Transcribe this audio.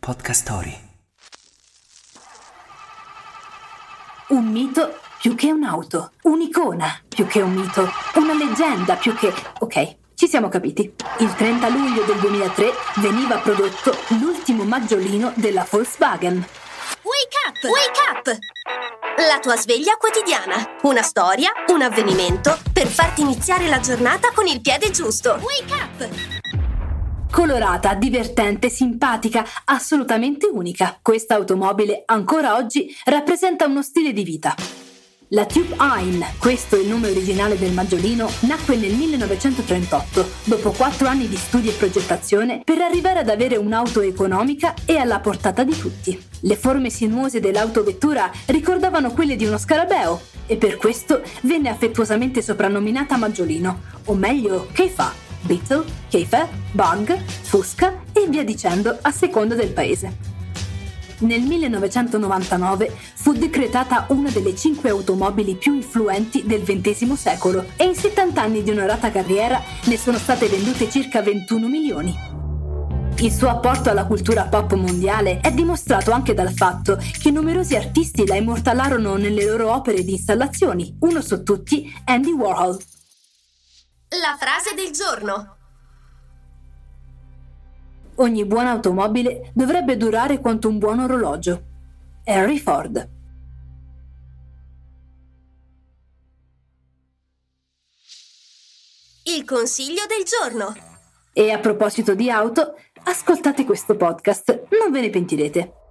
Podcast Story. Un mito più che un'auto, un'icona più che un mito, una leggenda più che... Ok, ci siamo capiti. Il 30 luglio del 2003 veniva prodotto l'ultimo maggiolino della Volkswagen. Wake up! Wake up! La tua sveglia quotidiana. Una storia, un avvenimento per farti iniziare la giornata con il piede giusto. Wake up! Colorata, divertente, simpatica, assolutamente unica, questa automobile ancora oggi rappresenta uno stile di vita. La Type 1, questo è il nome originale del maggiolino, nacque nel 1938, dopo 4 anni di studi e progettazione, per arrivare ad avere un'auto economica e alla portata di tutti. Le forme sinuose dell'autovettura ricordavano quelle di uno scarabeo e per questo venne affettuosamente soprannominata maggiolino, o meglio, Keifa, Beetle, Keifer, Bug, Fusca e via dicendo a seconda del paese. Nel 1999 fu decretata una delle 5 automobili più influenti del XX secolo e in 70 anni di onorata carriera ne sono state vendute circa 21 milioni. Il suo apporto alla cultura pop mondiale è dimostrato anche dal fatto che numerosi artisti la immortalarono nelle loro opere di installazioni, uno su tutti Andy Warhol. La frase del giorno. Ogni buona automobile dovrebbe durare quanto un buon orologio. Henry Ford. Il consiglio del giorno. E a proposito di auto, ascoltate questo podcast, non ve ne pentirete.